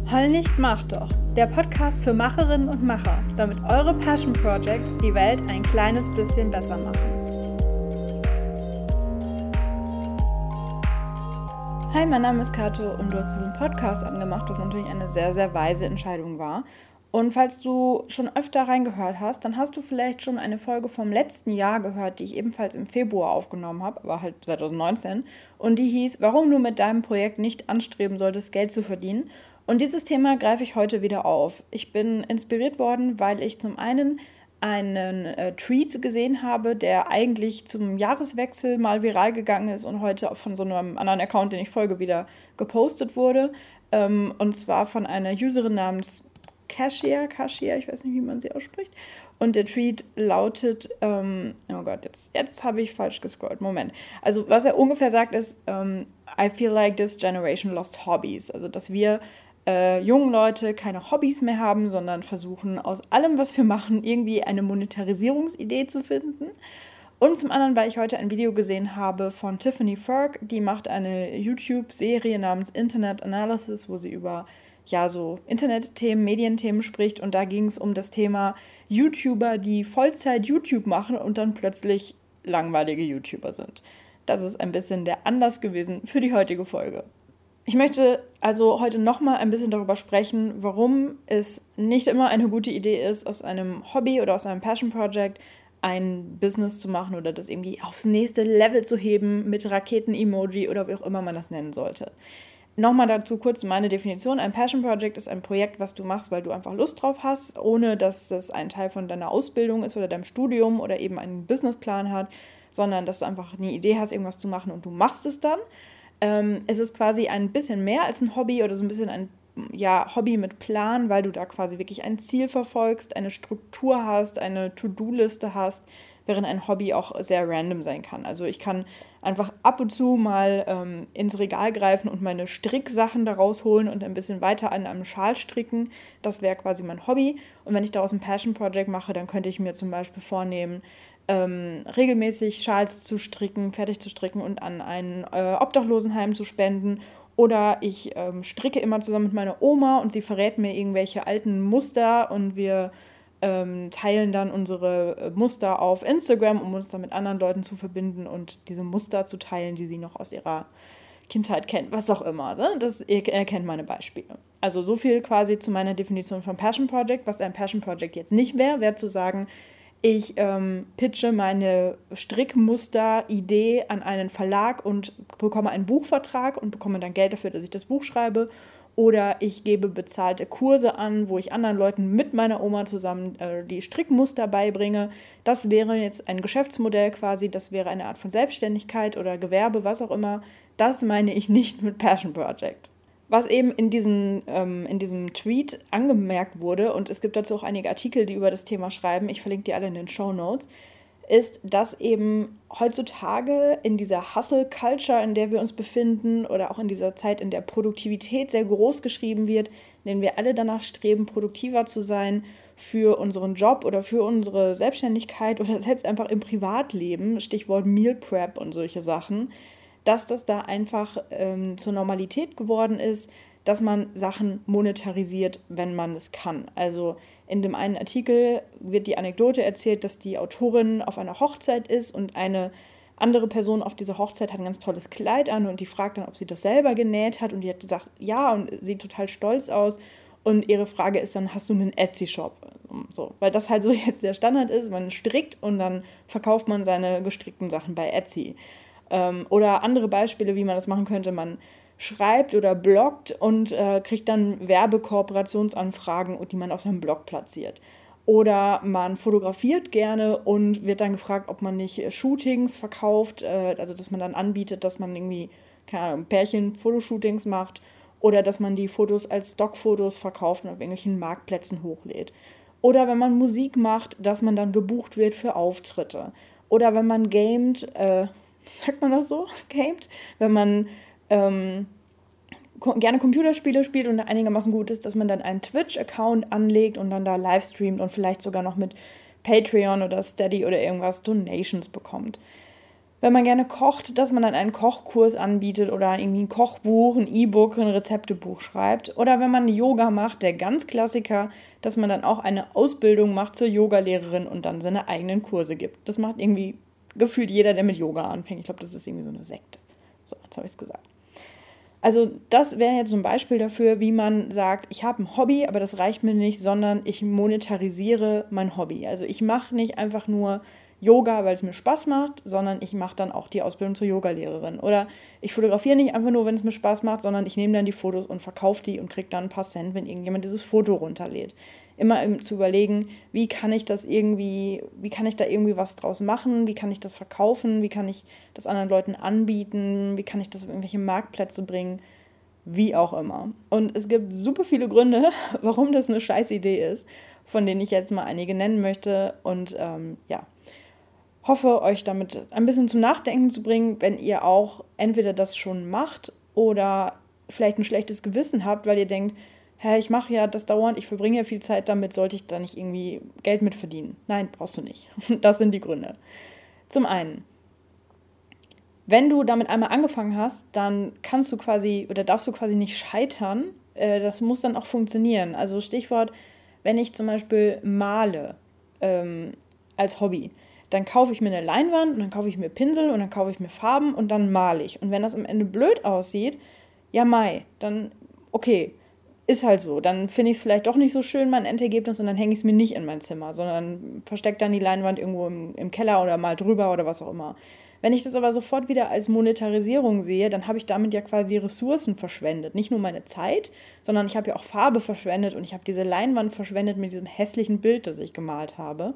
Heul nicht, mach doch. Der Podcast für Macherinnen und Macher, damit eure Passion Projects die Welt ein kleines bisschen besser machen. Hi, mein Name ist Kato und du hast diesen Podcast angemacht, was natürlich eine sehr, sehr weise Entscheidung war. Und falls du schon öfter reingehört hast, dann hast du vielleicht schon eine Folge vom letzten Jahr gehört, die ich ebenfalls im Februar aufgenommen habe, aber halt 2019. Und die hieß, warum du mit deinem Projekt nicht anstreben solltest, Geld zu verdienen. Und dieses Thema greife ich heute wieder auf. Ich bin inspiriert worden, weil ich zum einen einen Tweet gesehen habe, der eigentlich zum Jahreswechsel mal viral gegangen ist und heute von so einem anderen Account, den ich folge, wieder gepostet wurde. Und zwar von einer Userin namens Kashia, ich weiß nicht, wie man sie ausspricht. Und der Tweet lautet, oh Gott, jetzt habe ich falsch gescrollt, Moment. Also was er ungefähr sagt ist, I feel like this generation lost hobbies. Also dass wir jungen Leute keine Hobbys mehr haben, sondern versuchen aus allem, was wir machen, irgendwie eine Monetarisierungsidee zu finden. Und zum anderen, weil ich heute ein Video gesehen habe von Tiffany Ferg, die macht eine YouTube-Serie namens Internet Analysis, wo sie über so Internetthemen, Medienthemen spricht. Und da ging es um das Thema YouTuber, die Vollzeit YouTube machen und dann plötzlich langweilige YouTuber sind. Das ist ein bisschen der Anlass gewesen für die heutige Folge. Ich möchte also heute nochmal ein bisschen darüber sprechen, warum es nicht immer eine gute Idee ist, aus einem Hobby oder aus einem Passion Project ein Business zu machen oder das irgendwie aufs nächste Level zu heben mit Raketen-Emoji oder wie auch immer man das nennen sollte. Nochmal dazu kurz meine Definition. Ein Passion Project ist ein Projekt, was du machst, weil du einfach Lust drauf hast, ohne dass es ein Teil von deiner Ausbildung ist oder deinem Studium oder eben einen Businessplan hat, sondern dass du einfach eine Idee hast, irgendwas zu machen und du machst es dann. Es ist quasi ein bisschen mehr als ein Hobby oder so ein bisschen ein Hobby mit Plan, weil du da quasi wirklich ein Ziel verfolgst, eine Struktur hast, eine To-Do-Liste hast, während ein Hobby auch sehr random sein kann. Also ich kann einfach ab und zu mal ins Regal greifen und meine Stricksachen da rausholen und ein bisschen weiter an einem Schal stricken. Das wäre quasi mein Hobby. Und wenn ich daraus ein Passion Project mache, dann könnte ich mir zum Beispiel vornehmen, regelmäßig Schals zu stricken, fertig zu stricken und an ein Obdachlosenheim zu spenden. Oder ich stricke immer zusammen mit meiner Oma und sie verrät mir irgendwelche alten Muster und wir teilen dann unsere Muster auf Instagram, um uns dann mit anderen Leuten zu verbinden und diese Muster zu teilen, die sie noch aus ihrer Kindheit kennt, was auch immer. Ne? Ihr kennt meine Beispiele. Also so viel quasi zu meiner Definition von Passion Project. Was ein Passion Project jetzt nicht wäre zu sagen, ich pitche meine Strickmuster-Idee an einen Verlag und bekomme einen Buchvertrag und bekomme dann Geld dafür, dass ich das Buch schreibe. Oder ich gebe bezahlte Kurse an, wo ich anderen Leuten mit meiner Oma zusammen die Strickmuster beibringe. Das wäre jetzt ein Geschäftsmodell quasi, das wäre eine Art von Selbstständigkeit oder Gewerbe, was auch immer. Das meine ich nicht mit Passion Project. Was eben in diesem Tweet angemerkt wurde, und es gibt dazu auch einige Artikel, die über das Thema schreiben, ich verlinke die alle in den Shownotes, ist, dass eben heutzutage in dieser Hustle-Culture, in der wir uns befinden, oder auch in dieser Zeit, in der Produktivität sehr groß geschrieben wird, in der wir alle danach streben, produktiver zu sein für unseren Job oder für unsere Selbstständigkeit oder selbst einfach im Privatleben, Stichwort Meal Prep und solche Sachen, dass das da einfach zur Normalität geworden ist, dass man Sachen monetarisiert, wenn man es kann. Also in dem einen Artikel wird die Anekdote erzählt, dass die Autorin auf einer Hochzeit ist und eine andere Person auf dieser Hochzeit hat ein ganz tolles Kleid an und die fragt dann, ob sie das selber genäht hat und die hat gesagt, ja, und sieht total stolz aus. Und ihre Frage ist dann, hast du einen Etsy-Shop? So, weil das halt so jetzt der Standard ist, man strickt und dann verkauft man seine gestrickten Sachen bei Etsy. Oder andere Beispiele, wie man das machen könnte, man schreibt oder bloggt und kriegt dann Werbekooperationsanfragen, die man auf seinem Blog platziert. Oder man fotografiert gerne und wird dann gefragt, ob man nicht Shootings verkauft, also dass man dann anbietet, dass man irgendwie, keine Ahnung, Pärchen-Fotoshootings macht oder dass man die Fotos als Stockfotos verkauft und auf irgendwelchen Marktplätzen hochlädt. Oder wenn man Musik macht, dass man dann gebucht wird für Auftritte. Oder wenn man gamet, sagt man das so? Gamet? Wenn man gerne Computerspiele spielt und einigermaßen gut ist, dass man dann einen Twitch-Account anlegt und dann da livestreamt und vielleicht sogar noch mit Patreon oder Steady oder irgendwas Donations bekommt. wenn man gerne kocht, dass man dann einen Kochkurs anbietet oder irgendwie ein Kochbuch, ein E-Book, ein Rezeptebuch schreibt. Oder wenn man Yoga macht, der ganz Klassiker, dass man dann auch eine Ausbildung macht zur Yogalehrerin und dann seine eigenen Kurse gibt. Das macht irgendwie gefühlt jeder, der mit Yoga anfängt. Ich glaube, das ist irgendwie so eine Sekte. So, jetzt habe ich es gesagt. Also das wäre jetzt so ein Beispiel dafür, wie man sagt, ich habe ein Hobby, aber das reicht mir nicht, sondern ich monetarisiere mein Hobby. Also ich mache nicht einfach nur Yoga, weil es mir Spaß macht, sondern ich mache dann auch die Ausbildung zur Yogalehrerin. Oder ich fotografiere nicht einfach nur, wenn es mir Spaß macht, sondern ich nehme dann die Fotos und verkaufe die und kriege dann ein paar Cent, wenn irgendjemand dieses Foto runterlädt. Immer zu überlegen, wie kann ich da irgendwie was draus machen, wie kann ich das verkaufen, wie kann ich das anderen Leuten anbieten, wie kann ich das auf irgendwelche Marktplätze bringen, wie auch immer. Und es gibt super viele Gründe, warum das eine scheiß Idee ist, von denen ich jetzt mal einige nennen möchte und hoffe, euch damit ein bisschen zum Nachdenken zu bringen, wenn ihr auch entweder das schon macht oder vielleicht ein schlechtes Gewissen habt, weil ihr denkt, ich mache ja das dauernd, ich verbringe ja viel Zeit damit, sollte ich da nicht irgendwie Geld mit verdienen? Nein, brauchst du nicht. Das sind die Gründe. Zum einen, wenn du damit einmal angefangen hast, dann darfst du quasi nicht scheitern. Das muss dann auch funktionieren. Also Stichwort, wenn ich zum Beispiel male als Hobby, dann kaufe ich mir eine Leinwand und dann kaufe ich mir Pinsel und dann kaufe ich mir Farben und dann male ich. Und wenn das am Ende blöd aussieht, ja dann okay, ist halt so. Dann finde ich es vielleicht doch nicht so schön, mein Endergebnis, und dann hänge ich es mir nicht in mein Zimmer, sondern verstecke dann die Leinwand irgendwo im Keller oder mal drüber oder was auch immer. Wenn ich das aber sofort wieder als Monetarisierung sehe, dann habe ich damit ja quasi Ressourcen verschwendet. Nicht nur meine Zeit, sondern ich habe ja auch Farbe verschwendet und ich habe diese Leinwand verschwendet mit diesem hässlichen Bild, das ich gemalt habe.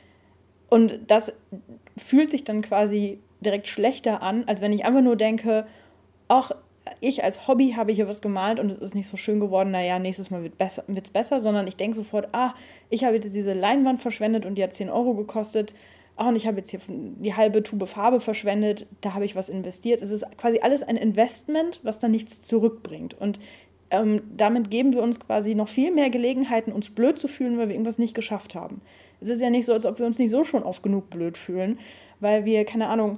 Und das fühlt sich dann quasi direkt schlechter an, als wenn ich einfach nur denke, ach, ich als Hobby habe hier was gemalt und es ist nicht so schön geworden, naja, nächstes Mal wird es besser, sondern ich denke sofort, ich habe jetzt diese Leinwand verschwendet und die hat 10 Euro gekostet, und ich habe jetzt hier die halbe Tube Farbe verschwendet, da habe ich was investiert. Es ist quasi alles ein Investment, was dann nichts zurückbringt. Und damit geben wir uns quasi noch viel mehr Gelegenheiten, uns blöd zu fühlen, weil wir irgendwas nicht geschafft haben. Es ist ja nicht so, als ob wir uns nicht so schon oft genug blöd fühlen, weil wir, keine Ahnung,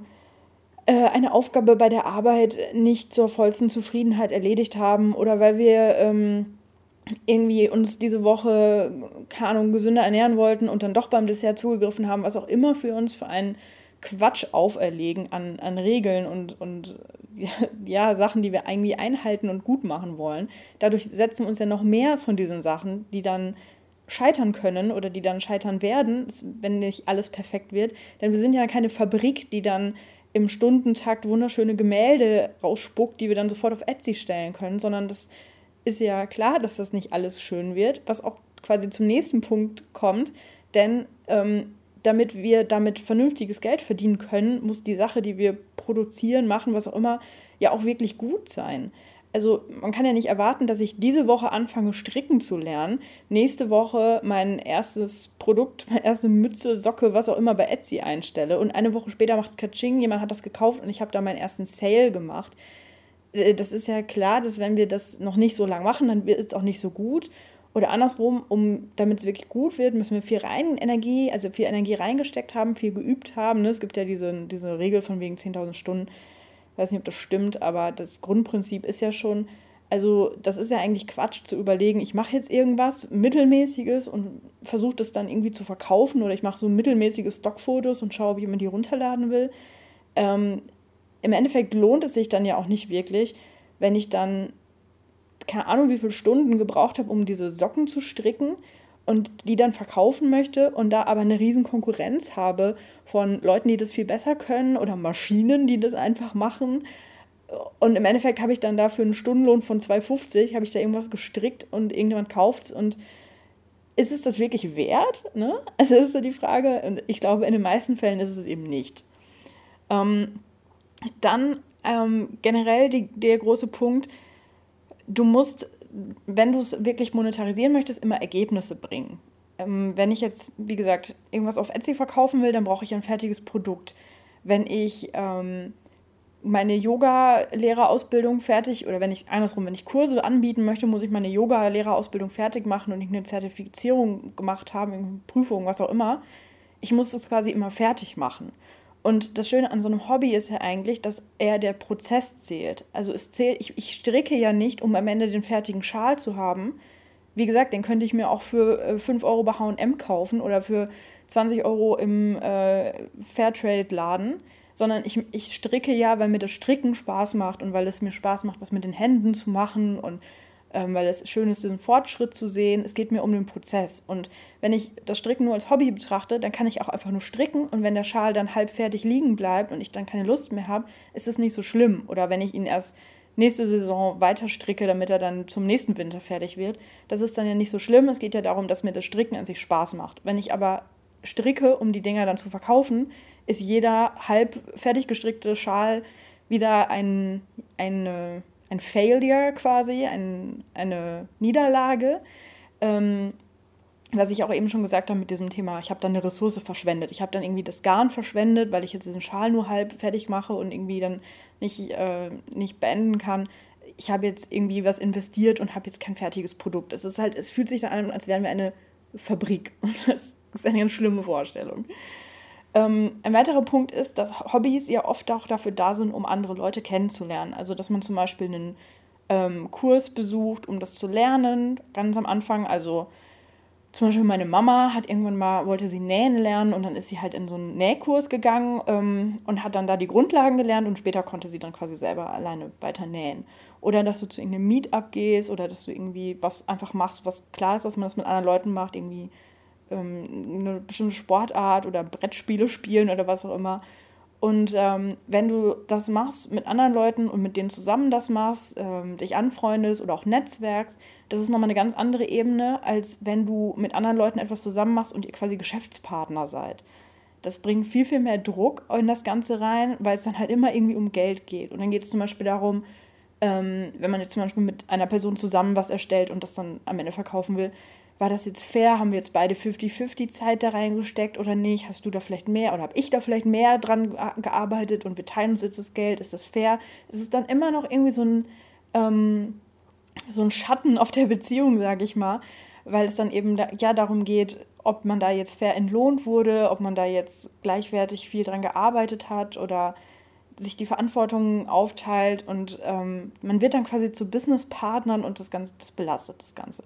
eine Aufgabe bei der Arbeit nicht zur vollsten Zufriedenheit erledigt haben oder weil wir irgendwie uns diese Woche, keine Ahnung, gesünder ernähren wollten und dann doch beim Dessert zugegriffen haben, was auch immer für uns für einen Quatsch auferlegen an Regeln und ja, Sachen, die wir irgendwie einhalten und gut machen wollen. Dadurch setzen wir uns ja noch mehr von diesen Sachen, die dann scheitern können oder die dann scheitern werden, wenn nicht alles perfekt wird. Denn wir sind ja keine Fabrik, die dann im Stundentakt wunderschöne Gemälde rausspuckt, die wir dann sofort auf Etsy stellen können, sondern das ist ja klar, dass das nicht alles schön wird, was auch quasi zum nächsten Punkt kommt, denn damit wir damit vernünftiges Geld verdienen können, muss die Sache, die wir produzieren, machen, was auch immer, ja auch wirklich gut sein. Also man kann ja nicht erwarten, dass ich diese Woche anfange, stricken zu lernen, nächste Woche mein erstes Produkt, meine erste Mütze, Socke, was auch immer bei Etsy einstelle und eine Woche später macht es Katsching, jemand hat das gekauft und ich habe da meinen ersten Sale gemacht. Das ist ja klar, dass wenn wir das noch nicht so lange machen, dann wird es auch nicht so gut. Oder andersrum, damit es wirklich gut wird, müssen wir viel Energie reingesteckt haben, viel geübt haben. Ne? Es gibt ja diese Regel von wegen 10.000 Stunden. Ich weiß nicht, ob das stimmt, aber das Grundprinzip ist ja schon, also das ist ja eigentlich Quatsch zu überlegen, ich mache jetzt irgendwas Mittelmäßiges und versuche das dann irgendwie zu verkaufen oder ich mache so mittelmäßige Stockfotos und schaue, ob jemand die runterladen will. Im Endeffekt lohnt es sich dann ja auch nicht wirklich, wenn ich dann keine Ahnung, wie viele Stunden gebraucht habe, um diese Socken zu stricken und die dann verkaufen möchte und da aber eine riesen Konkurrenz habe von Leuten, die das viel besser können oder Maschinen, die das einfach machen. Und im Endeffekt habe ich dann dafür einen Stundenlohn von 2,50, habe ich da irgendwas gestrickt und irgendjemand kauft es und ist es das wirklich wert? Ne? Also das ist so die Frage und ich glaube, in den meisten Fällen ist es eben nicht. Dann generell der große Punkt, du musst, wenn du es wirklich monetarisieren möchtest, immer Ergebnisse bringen. Wenn ich jetzt, wie gesagt, irgendwas auf Etsy verkaufen will, dann brauche ich ein fertiges Produkt. Wenn ich meine Yoga-Lehrerausbildung wenn ich Kurse anbieten möchte, muss ich meine Yoga-Lehrerausbildung fertig machen und ich eine Zertifizierung gemacht haben, eine Prüfung, was auch immer. Ich muss das quasi immer fertig machen. Und das Schöne an so einem Hobby ist ja eigentlich, dass eher der Prozess zählt. Also es zählt, ich stricke ja nicht, um am Ende den fertigen Schal zu haben. Wie gesagt, den könnte ich mir auch für 5 Euro bei H&M kaufen oder für 20 Euro im Fairtrade-Laden. Sondern ich stricke ja, weil mir das Stricken Spaß macht und weil es mir Spaß macht, was mit den Händen zu machen und weil es schön ist, diesen Fortschritt zu sehen. Es geht mir um den Prozess. Und wenn ich das Stricken nur als Hobby betrachte, dann kann ich auch einfach nur stricken. Und wenn der Schal dann halb fertig liegen bleibt und ich dann keine Lust mehr habe, ist es nicht so schlimm. Oder wenn ich ihn erst nächste Saison weiter stricke, damit er dann zum nächsten Winter fertig wird, das ist dann ja nicht so schlimm. Es geht ja darum, dass mir das Stricken an sich Spaß macht. Wenn ich aber stricke, um die Dinger dann zu verkaufen, ist jeder halb fertig gestrickte Schal wieder ein Failure quasi, eine Niederlage. Was ich auch eben schon gesagt habe mit diesem Thema, ich habe dann eine Ressource verschwendet. Ich habe dann irgendwie das Garn verschwendet, weil ich jetzt diesen Schal nur halb fertig mache und irgendwie dann nicht beenden kann. Ich habe jetzt irgendwie was investiert und habe jetzt kein fertiges Produkt. Es fühlt sich dann an, als wären wir eine Fabrik. Und das ist eine ganz schlimme Vorstellung. Ein weiterer Punkt ist, dass Hobbys ja oft auch dafür da sind, um andere Leute kennenzulernen. Also, dass man zum Beispiel einen Kurs besucht, um das zu lernen, ganz am Anfang. Also, zum Beispiel meine Mama hat irgendwann mal, wollte sie nähen lernen und dann ist sie halt in so einen Nähkurs gegangen und hat dann da die Grundlagen gelernt und später konnte sie dann quasi selber alleine weiter nähen. Oder dass du zu irgendeinem Meetup gehst oder dass du irgendwie was einfach machst, was klar ist, dass man das mit anderen Leuten macht, irgendwie eine bestimmte Sportart oder Brettspiele spielen oder was auch immer. Und wenn du das machst mit anderen Leuten und mit denen zusammen das machst, dich anfreundest oder auch netzwerkst, das ist nochmal eine ganz andere Ebene, als wenn du mit anderen Leuten etwas zusammen machst und ihr quasi Geschäftspartner seid. Das bringt viel, viel mehr Druck in das Ganze rein, weil es dann halt immer irgendwie um Geld geht. Und dann geht es zum Beispiel darum, wenn man jetzt zum Beispiel mit einer Person zusammen was erstellt und das dann am Ende verkaufen will, war das jetzt fair? Haben wir jetzt beide 50-50 Zeit da reingesteckt oder nicht? Hast du da vielleicht mehr oder habe ich da vielleicht mehr dran gearbeitet und wir teilen uns jetzt das Geld? Ist das fair? Es ist dann immer noch irgendwie so ein Schatten auf der Beziehung, sage ich mal, weil es dann eben darum geht, ob man da jetzt fair entlohnt wurde, ob man da jetzt gleichwertig viel dran gearbeitet hat oder sich die Verantwortung aufteilt und man wird dann quasi zu Businesspartnern und das belastet das Ganze.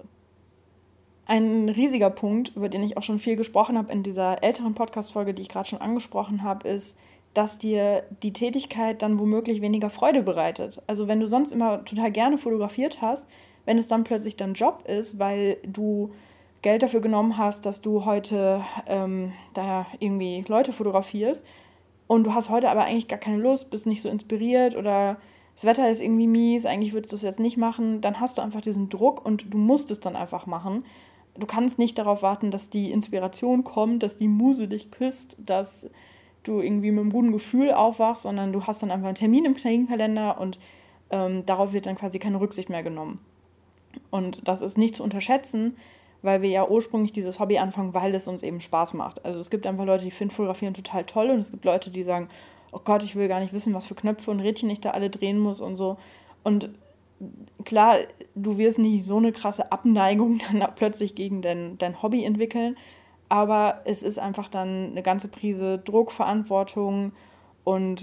Ein riesiger Punkt, über den ich auch schon viel gesprochen habe in dieser älteren Podcast-Folge, die ich gerade schon angesprochen habe, ist, dass dir die Tätigkeit dann womöglich weniger Freude bereitet. Also wenn du sonst immer total gerne fotografiert hast, wenn es dann plötzlich dein Job ist, weil du Geld dafür genommen hast, dass du heute da irgendwie Leute fotografierst und du hast heute aber eigentlich gar keine Lust, bist nicht so inspiriert oder das Wetter ist irgendwie mies, eigentlich würdest du es jetzt nicht machen, dann hast du einfach diesen Druck und du musst es dann einfach machen. Du kannst nicht darauf warten, dass die Inspiration kommt, dass die Muse dich küsst, dass du irgendwie mit einem guten Gefühl aufwachst, sondern du hast dann einfach einen Termin im Kalender und darauf wird dann quasi keine Rücksicht mehr genommen. Und das ist nicht zu unterschätzen, weil wir ja ursprünglich dieses Hobby anfangen, weil es uns eben Spaß macht. Also es gibt einfach Leute, die finden Fotografieren total toll und es gibt Leute, die sagen, oh Gott, ich will gar nicht wissen, was für Knöpfe und Rädchen ich da alle drehen muss und so. Und klar, du wirst nicht so eine krasse Abneigung dann plötzlich gegen dein Hobby entwickeln, aber es ist einfach dann eine ganze Prise Druck, Verantwortung und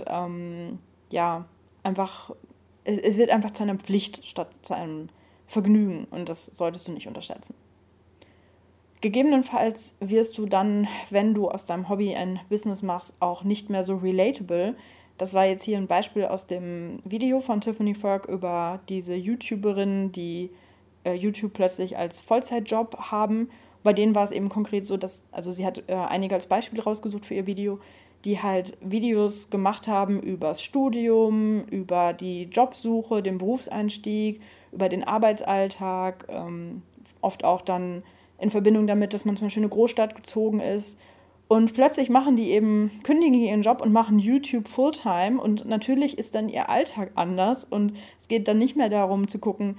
einfach, es wird einfach zu einer Pflicht statt zu einem Vergnügen und das solltest du nicht unterschätzen. Gegebenenfalls wirst du dann, wenn du aus deinem Hobby ein Business machst, auch nicht mehr so relatable. Das war jetzt hier ein Beispiel aus dem Video von Tiffany Ferg über diese YouTuberinnen, die YouTube plötzlich als Vollzeitjob haben. Bei denen war es eben konkret so, also sie hat einige als Beispiel rausgesucht für ihr Video, die halt Videos gemacht haben über das Studium, über die Jobsuche, den Berufseinstieg, über den Arbeitsalltag, oft auch dann in Verbindung damit, dass man zum Beispiel in eine Großstadt gezogen ist. Und plötzlich kündigen ihren Job und machen YouTube Fulltime und natürlich ist dann ihr Alltag anders und es geht dann nicht mehr darum zu gucken,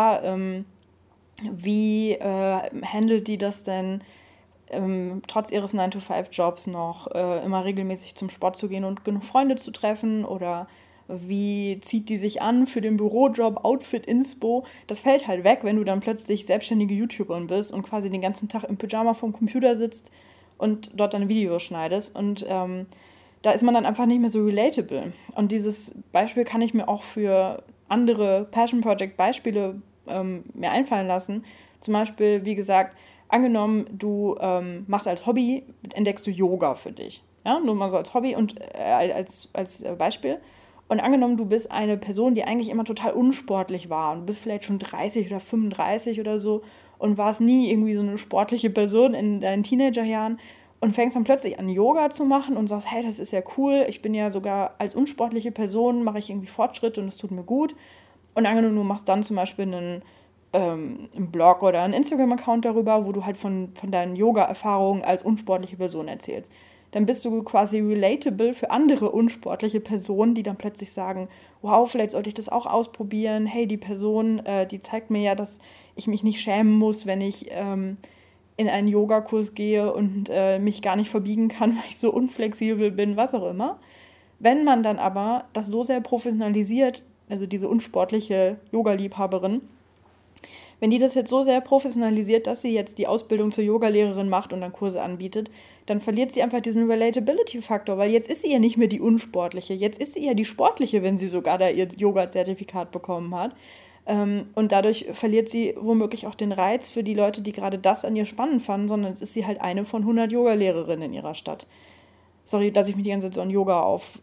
wie handelt die das denn, trotz ihres 9-to-5-Jobs noch immer regelmäßig zum Sport zu gehen und genug Freunde zu treffen oder wie zieht die sich an für den Bürojob, Outfit, Inspo. Das fällt halt weg, wenn du dann plötzlich selbstständige YouTuberin bist und quasi den ganzen Tag im Pyjama vorm Computer sitzt und dort deine Videos schneidest. Und da ist man dann einfach nicht mehr so relatable. Und dieses Beispiel kann ich mir auch für andere Passion Project Beispiele mir einfallen lassen. Zum Beispiel, wie gesagt, angenommen, du machst als Hobby, entdeckst du Yoga für dich. Ja, nur mal so als Hobby und als Beispiel. Und angenommen, du bist eine Person, die eigentlich immer total unsportlich war und du bist vielleicht schon 30 oder 35 oder so und warst nie irgendwie so eine sportliche Person in deinen Teenagerjahren und fängst dann plötzlich an, Yoga zu machen und sagst, hey, das ist ja cool, ich bin ja sogar als unsportliche Person, mache ich irgendwie Fortschritte und es tut mir gut. Und angenommen, du machst dann zum Beispiel einen Blog oder einen Instagram-Account darüber, wo du halt von deinen Yoga-Erfahrungen als unsportliche Person erzählst. Dann bist du quasi relatable für andere unsportliche Personen, die dann plötzlich sagen, wow, vielleicht sollte ich das auch ausprobieren. Hey, die Person, die zeigt mir ja, dass ich mich nicht schämen muss, wenn ich in einen Yogakurs gehe und mich gar nicht verbiegen kann, weil ich so unflexibel bin, was auch immer. Wenn man dann aber das so sehr professionalisiert, also diese unsportliche Yoga-Liebhaberin, wenn die das jetzt so sehr professionalisiert, dass sie jetzt die Ausbildung zur Yogalehrerin macht und dann Kurse anbietet, dann verliert sie einfach diesen Relatability-Faktor, weil jetzt ist sie ja nicht mehr die Unsportliche, jetzt ist sie ja die Sportliche, wenn sie sogar da ihr Yoga-Zertifikat bekommen hat. Und dadurch verliert sie womöglich auch den Reiz für die Leute, die gerade das an ihr spannend fanden, sondern jetzt ist sie halt eine von 100 Yogalehrerinnen in ihrer Stadt. Sorry, dass ich mich die ganze Zeit so an Yoga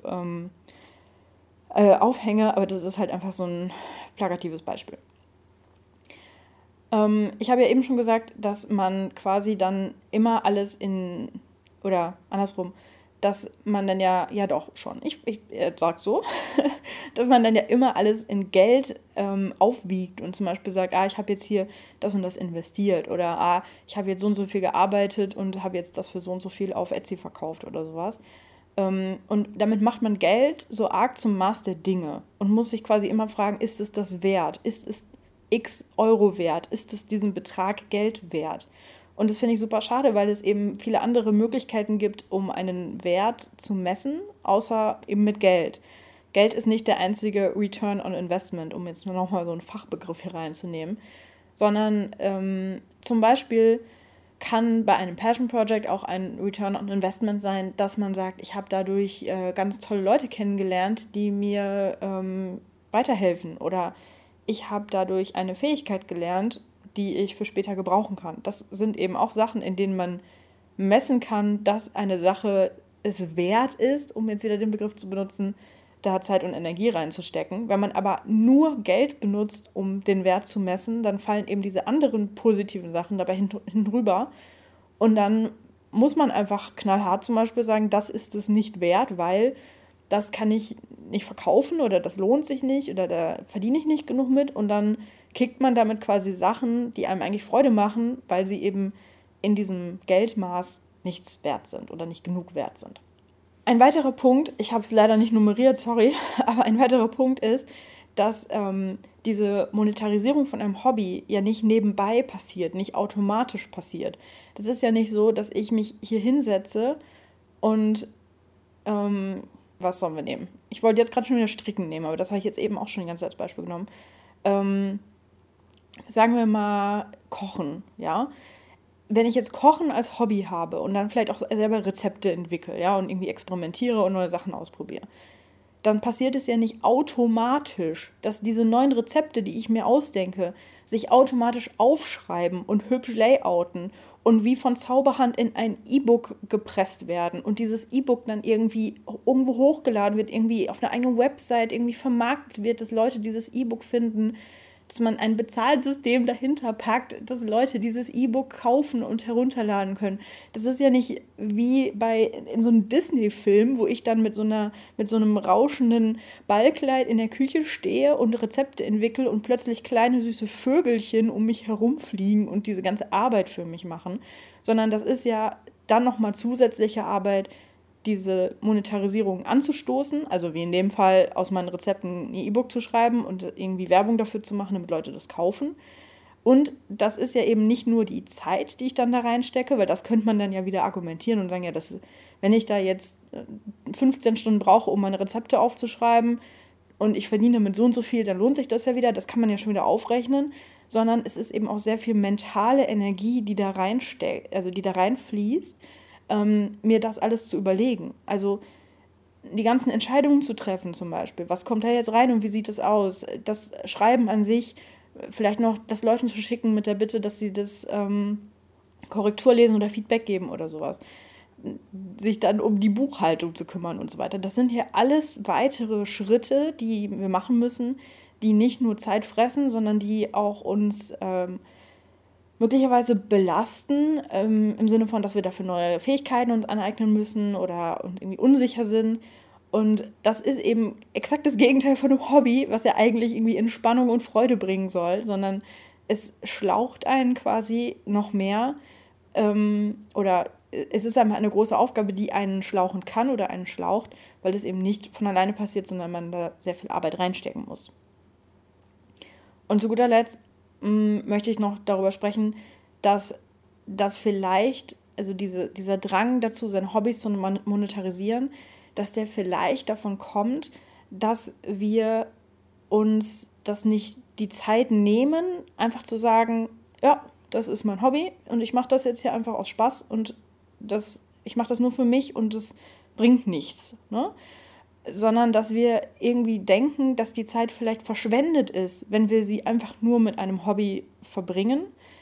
aufhänge, aber das ist halt einfach so ein plakatives Beispiel. Ich habe ja eben schon gesagt, dass man quasi dann immer alles oder andersrum, dass man dann ja doch schon, ich sag so, dass man dann ja immer alles in Geld aufwiegt und zum Beispiel sagt, ich habe jetzt hier das und das investiert oder ich habe jetzt so und so viel gearbeitet und habe jetzt das für so und so viel auf Etsy verkauft oder sowas. Und damit macht man Geld so arg zum Maß der Dinge und muss sich quasi immer fragen, ist es das wert? Ist es x Euro wert? Ist es diesen Betrag Geld wert? Und das finde ich super schade, weil es eben viele andere Möglichkeiten gibt, um einen Wert zu messen, außer eben mit Geld. Geld ist nicht der einzige Return on Investment, um jetzt nur nochmal so einen Fachbegriff hier reinzunehmen, sondern zum Beispiel kann bei einem Passion Project auch ein Return on Investment sein, dass man sagt, ich habe dadurch ganz tolle Leute kennengelernt, die mir weiterhelfen oder ich habe dadurch eine Fähigkeit gelernt, die ich für später gebrauchen kann. Das sind eben auch Sachen, in denen man messen kann, dass eine Sache es wert ist, um jetzt wieder den Begriff zu benutzen, da Zeit und Energie reinzustecken. Wenn man aber nur Geld benutzt, um den Wert zu messen, dann fallen eben diese anderen positiven Sachen dabei hinüber. Und dann muss man einfach knallhart zum Beispiel sagen, das ist es nicht wert, weil das kann ich nicht verkaufen oder das lohnt sich nicht oder da verdiene ich nicht genug mit. Und dann kickt man damit quasi Sachen, die einem eigentlich Freude machen, weil sie eben in diesem Geldmaß nichts wert sind oder nicht genug wert sind. Ein weiterer Punkt, ich habe es leider nicht nummeriert, sorry, aber ein weiterer Punkt ist, dass diese Monetarisierung von einem Hobby ja nicht nebenbei passiert, nicht automatisch passiert. Das ist ja nicht so, dass ich mich hier hinsetze und was sollen wir nehmen? Ich wollte jetzt gerade schon wieder Stricken nehmen, aber das habe ich jetzt eben auch schon die ganze Zeit als Beispiel genommen. Sagen wir mal Kochen, ja. Wenn ich jetzt Kochen als Hobby habe und dann vielleicht auch selber Rezepte entwickle, ja, und irgendwie experimentiere und neue Sachen ausprobiere, dann passiert es ja nicht automatisch, dass diese neuen Rezepte, die ich mir ausdenke, sich automatisch aufschreiben und hübsch layouten und wie von Zauberhand in ein E-Book gepresst werden und dieses E-Book dann irgendwie irgendwo hochgeladen wird, irgendwie auf einer eigenen Website irgendwie vermarktet wird, dass Leute dieses E-Book finden, dass man ein Bezahlsystem dahinter packt, dass Leute dieses E-Book kaufen und herunterladen können. Das ist ja nicht wie in so einem Disney-Film, wo ich dann mit so einem rauschenden Ballkleid in der Küche stehe und Rezepte entwickle und plötzlich kleine süße Vögelchen um mich herumfliegen und diese ganze Arbeit für mich machen, sondern das ist ja dann nochmal zusätzliche Arbeit, diese Monetarisierung anzustoßen, also wie in dem Fall aus meinen Rezepten ein E-Book zu schreiben und irgendwie Werbung dafür zu machen, damit Leute das kaufen. Und das ist ja eben nicht nur die Zeit, die ich dann da reinstecke, weil das könnte man dann ja wieder argumentieren und sagen, ja, wenn ich da jetzt 15 Stunden brauche, um meine Rezepte aufzuschreiben und ich verdiene mit so und so viel, dann lohnt sich das ja wieder, das kann man ja schon wieder aufrechnen, sondern es ist eben auch sehr viel mentale Energie, die da reinsteckt, also die da reinfließt, mir das alles zu überlegen. Also die ganzen Entscheidungen zu treffen zum Beispiel. Was kommt da jetzt rein und wie sieht es aus? Das Schreiben an sich, vielleicht noch das Leuten zu schicken mit der Bitte, dass sie das Korrektur lesen oder Feedback geben oder sowas. Sich dann um die Buchhaltung zu kümmern und so weiter. Das sind hier alles weitere Schritte, die wir machen müssen, die nicht nur Zeit fressen, sondern die auch uns möglicherweise belasten, im Sinne von, dass wir dafür neue Fähigkeiten uns aneignen müssen oder uns irgendwie unsicher sind. Und das ist eben exakt das Gegenteil von einem Hobby, was ja eigentlich irgendwie Entspannung und Freude bringen soll, sondern es schlaucht einen quasi noch mehr oder es ist einfach eine große Aufgabe, die einen schlauchen kann oder einen schlaucht, weil das eben nicht von alleine passiert, sondern man da sehr viel Arbeit reinstecken muss. Und zu guter Letzt möchte ich noch darüber sprechen, dass vielleicht, also dieser Drang dazu, seine Hobbys zu monetarisieren, dass der vielleicht davon kommt, dass wir uns das nicht die Zeit nehmen, einfach zu sagen, ja, das ist mein Hobby und ich mache das jetzt hier einfach aus Spaß und ich mache das nur für mich und das bringt nichts, ne? Sondern dass wir irgendwie denken, dass die Zeit vielleicht verschwendet ist, wenn wir sie einfach nur mit einem Hobby verbringen.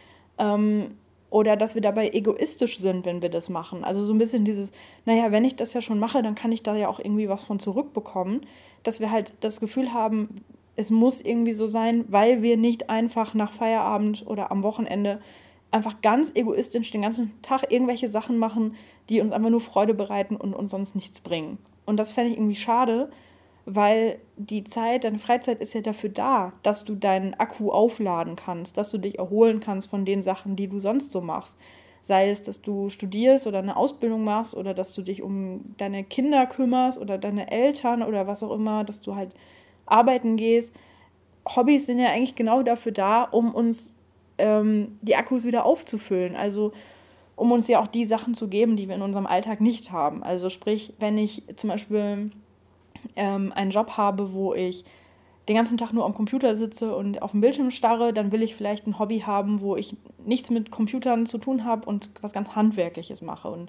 Oder dass wir dabei egoistisch sind, wenn wir das machen. Also so ein bisschen dieses, naja, wenn ich das ja schon mache, dann kann ich da ja auch irgendwie was von zurückbekommen. Dass wir halt das Gefühl haben, es muss irgendwie so sein, weil wir nicht einfach nach Feierabend oder am Wochenende einfach ganz egoistisch den ganzen Tag irgendwelche Sachen machen, die uns einfach nur Freude bereiten und uns sonst nichts bringen. Und das fände ich irgendwie schade, weil die Zeit, deine Freizeit ist ja dafür da, dass du deinen Akku aufladen kannst, dass du dich erholen kannst von den Sachen, die du sonst so machst. Sei es, dass du studierst oder eine Ausbildung machst oder dass du dich um deine Kinder kümmerst oder deine Eltern oder was auch immer, dass du halt arbeiten gehst. Hobbys sind ja eigentlich genau dafür da, um uns die Akkus wieder aufzufüllen. Also um uns ja auch die Sachen zu geben, die wir in unserem Alltag nicht haben. Also sprich, wenn ich zum Beispiel einen Job habe, wo ich den ganzen Tag nur am Computer sitze und auf dem Bildschirm starre, dann will ich vielleicht ein Hobby haben, wo ich nichts mit Computern zu tun habe und was ganz Handwerkliches mache und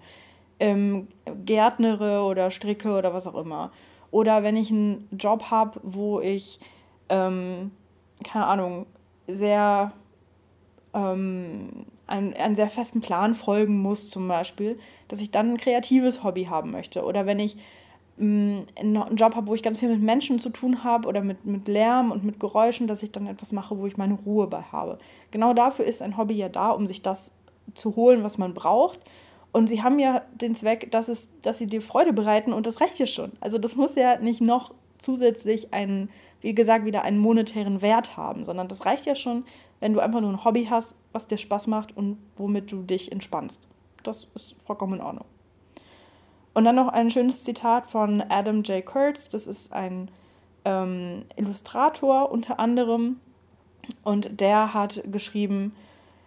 gärtnere oder stricke oder was auch immer. Oder wenn ich einen Job habe, wo ich, keine Ahnung, einen sehr festen Plan folgen muss zum Beispiel, dass ich dann ein kreatives Hobby haben möchte. Oder wenn ich einen Job habe, wo ich ganz viel mit Menschen zu tun habe oder mit Lärm und mit Geräuschen, dass ich dann etwas mache, wo ich meine Ruhe bei habe. Genau dafür ist ein Hobby ja da, um sich das zu holen, was man braucht. Und sie haben ja den Zweck, dass sie dir Freude bereiten und das reicht ja schon. Also das muss ja nicht noch zusätzlich wie gesagt, wieder einen monetären Wert haben, sondern das reicht ja schon, wenn du einfach nur ein Hobby hast, was dir Spaß macht und womit du dich entspannst. Das ist vollkommen in Ordnung. Und dann noch ein schönes Zitat von Adam J. Kurtz. Das ist ein Illustrator unter anderem. Und der hat geschrieben,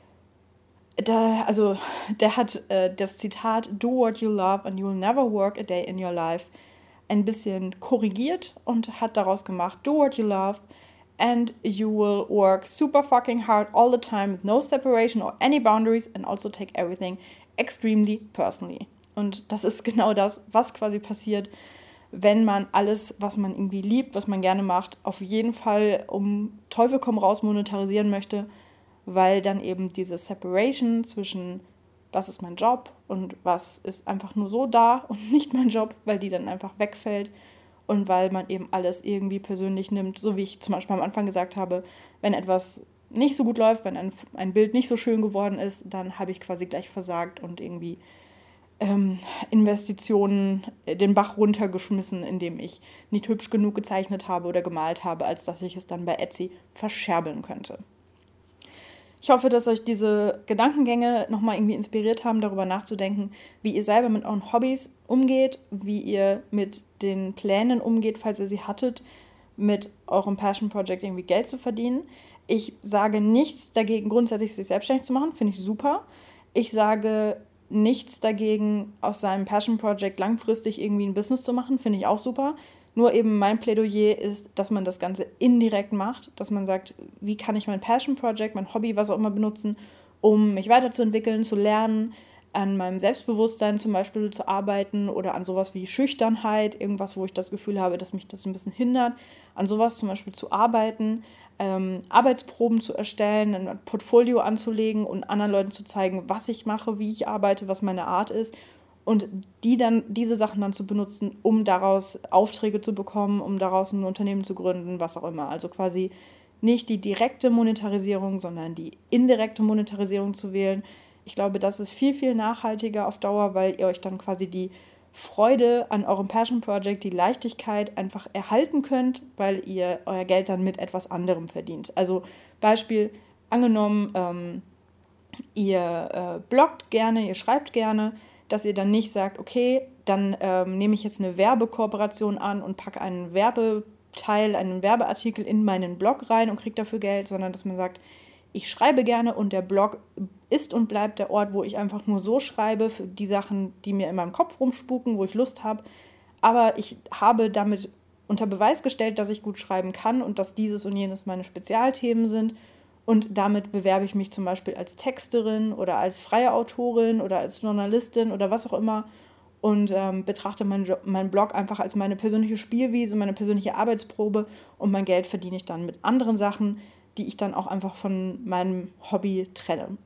der hat das Zitat "Do what you love and you'll never work a day in your life" ein bisschen korrigiert und hat daraus gemacht: "Do what you love and you will work super fucking hard all the time with no separation or any boundaries and also take everything extremely personally." Und das ist genau das, was quasi passiert, wenn man alles, was man irgendwie liebt, was man gerne macht, auf jeden Fall um Teufel komm raus monetarisieren möchte, weil dann eben diese Separation zwischen was ist mein Job und was ist einfach nur so da und nicht mein Job, weil die dann einfach wegfällt und weil man eben alles irgendwie persönlich nimmt, so wie ich zum Beispiel am Anfang gesagt habe, wenn etwas nicht so gut läuft, wenn ein Bild nicht so schön geworden ist, dann habe ich quasi gleich versagt und irgendwie Investitionen den Bach runtergeschmissen, indem ich nicht hübsch genug gezeichnet habe oder gemalt habe, als dass ich es dann bei Etsy verscherbeln könnte. Ich hoffe, dass euch diese Gedankengänge nochmal irgendwie inspiriert haben, darüber nachzudenken, wie ihr selber mit euren Hobbys umgeht, wie ihr mit den Plänen umgeht, falls ihr sie hattet, mit eurem Passion Project irgendwie Geld zu verdienen. Ich sage nichts dagegen, grundsätzlich sich selbstständig zu machen, finde ich super. Ich sage nichts dagegen, aus seinem Passion Project langfristig irgendwie ein Business zu machen, finde ich auch super. Nur eben mein Plädoyer ist, dass man das Ganze indirekt macht, dass man sagt, wie kann ich mein Passion Project, mein Hobby, was auch immer benutzen, um mich weiterzuentwickeln, zu lernen, an meinem Selbstbewusstsein zum Beispiel zu arbeiten oder an sowas wie Schüchternheit, irgendwas, wo ich das Gefühl habe, dass mich das ein bisschen hindert, an sowas zum Beispiel zu arbeiten, Arbeitsproben zu erstellen, ein Portfolio anzulegen und anderen Leuten zu zeigen, was ich mache, wie ich arbeite, was meine Art ist und diese Sachen dann zu benutzen, um daraus Aufträge zu bekommen, um daraus ein Unternehmen zu gründen, was auch immer. Also quasi nicht die direkte Monetarisierung, sondern die indirekte Monetarisierung zu wählen. Ich glaube, das ist viel, viel nachhaltiger auf Dauer, weil ihr euch dann quasi die Freude an eurem Passion Project, die Leichtigkeit einfach erhalten könnt, weil ihr euer Geld dann mit etwas anderem verdient. Also Beispiel, angenommen, ihr bloggt gerne, ihr schreibt gerne, dass ihr dann nicht sagt, okay, dann nehme ich jetzt eine Werbekooperation an und packe einen Werbeartikel in meinen Blog rein und kriege dafür Geld, sondern dass man sagt, ich schreibe gerne und der Blog ist und bleibt der Ort, wo ich einfach nur so schreibe für die Sachen, die mir in meinem Kopf rumspuken, wo ich Lust habe. Aber ich habe damit unter Beweis gestellt, dass ich gut schreiben kann und dass dieses und jenes meine Spezialthemen sind. Und damit bewerbe ich mich zum Beispiel als Texterin oder als freie Autorin oder als Journalistin oder was auch immer und betrachte meinen Blog einfach als meine persönliche Spielwiese, meine persönliche Arbeitsprobe und mein Geld verdiene ich dann mit anderen Sachen, die ich dann auch einfach von meinem Hobby trenne.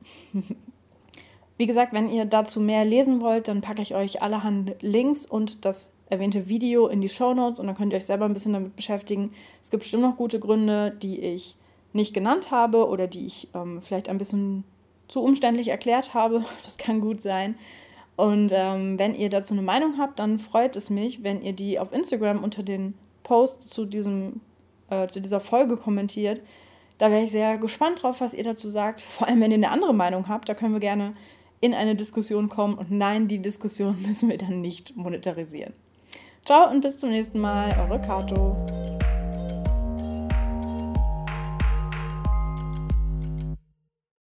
Wie gesagt, wenn ihr dazu mehr lesen wollt, dann packe ich euch allerhand Links und das erwähnte Video in die Shownotes und dann könnt ihr euch selber ein bisschen damit beschäftigen. Es gibt bestimmt noch gute Gründe, die ich nicht genannt habe oder die ich vielleicht ein bisschen zu umständlich erklärt habe. Das kann gut sein. Und wenn ihr dazu eine Meinung habt, dann freut es mich, wenn ihr die auf Instagram unter den Post zu dieser Folge kommentiert. Da wäre ich sehr gespannt drauf, was ihr dazu sagt. Vor allem, wenn ihr eine andere Meinung habt, da können wir gerne in eine Diskussion kommen. Und nein, die Diskussion müssen wir dann nicht monetarisieren. Ciao und bis zum nächsten Mal, eure Kato.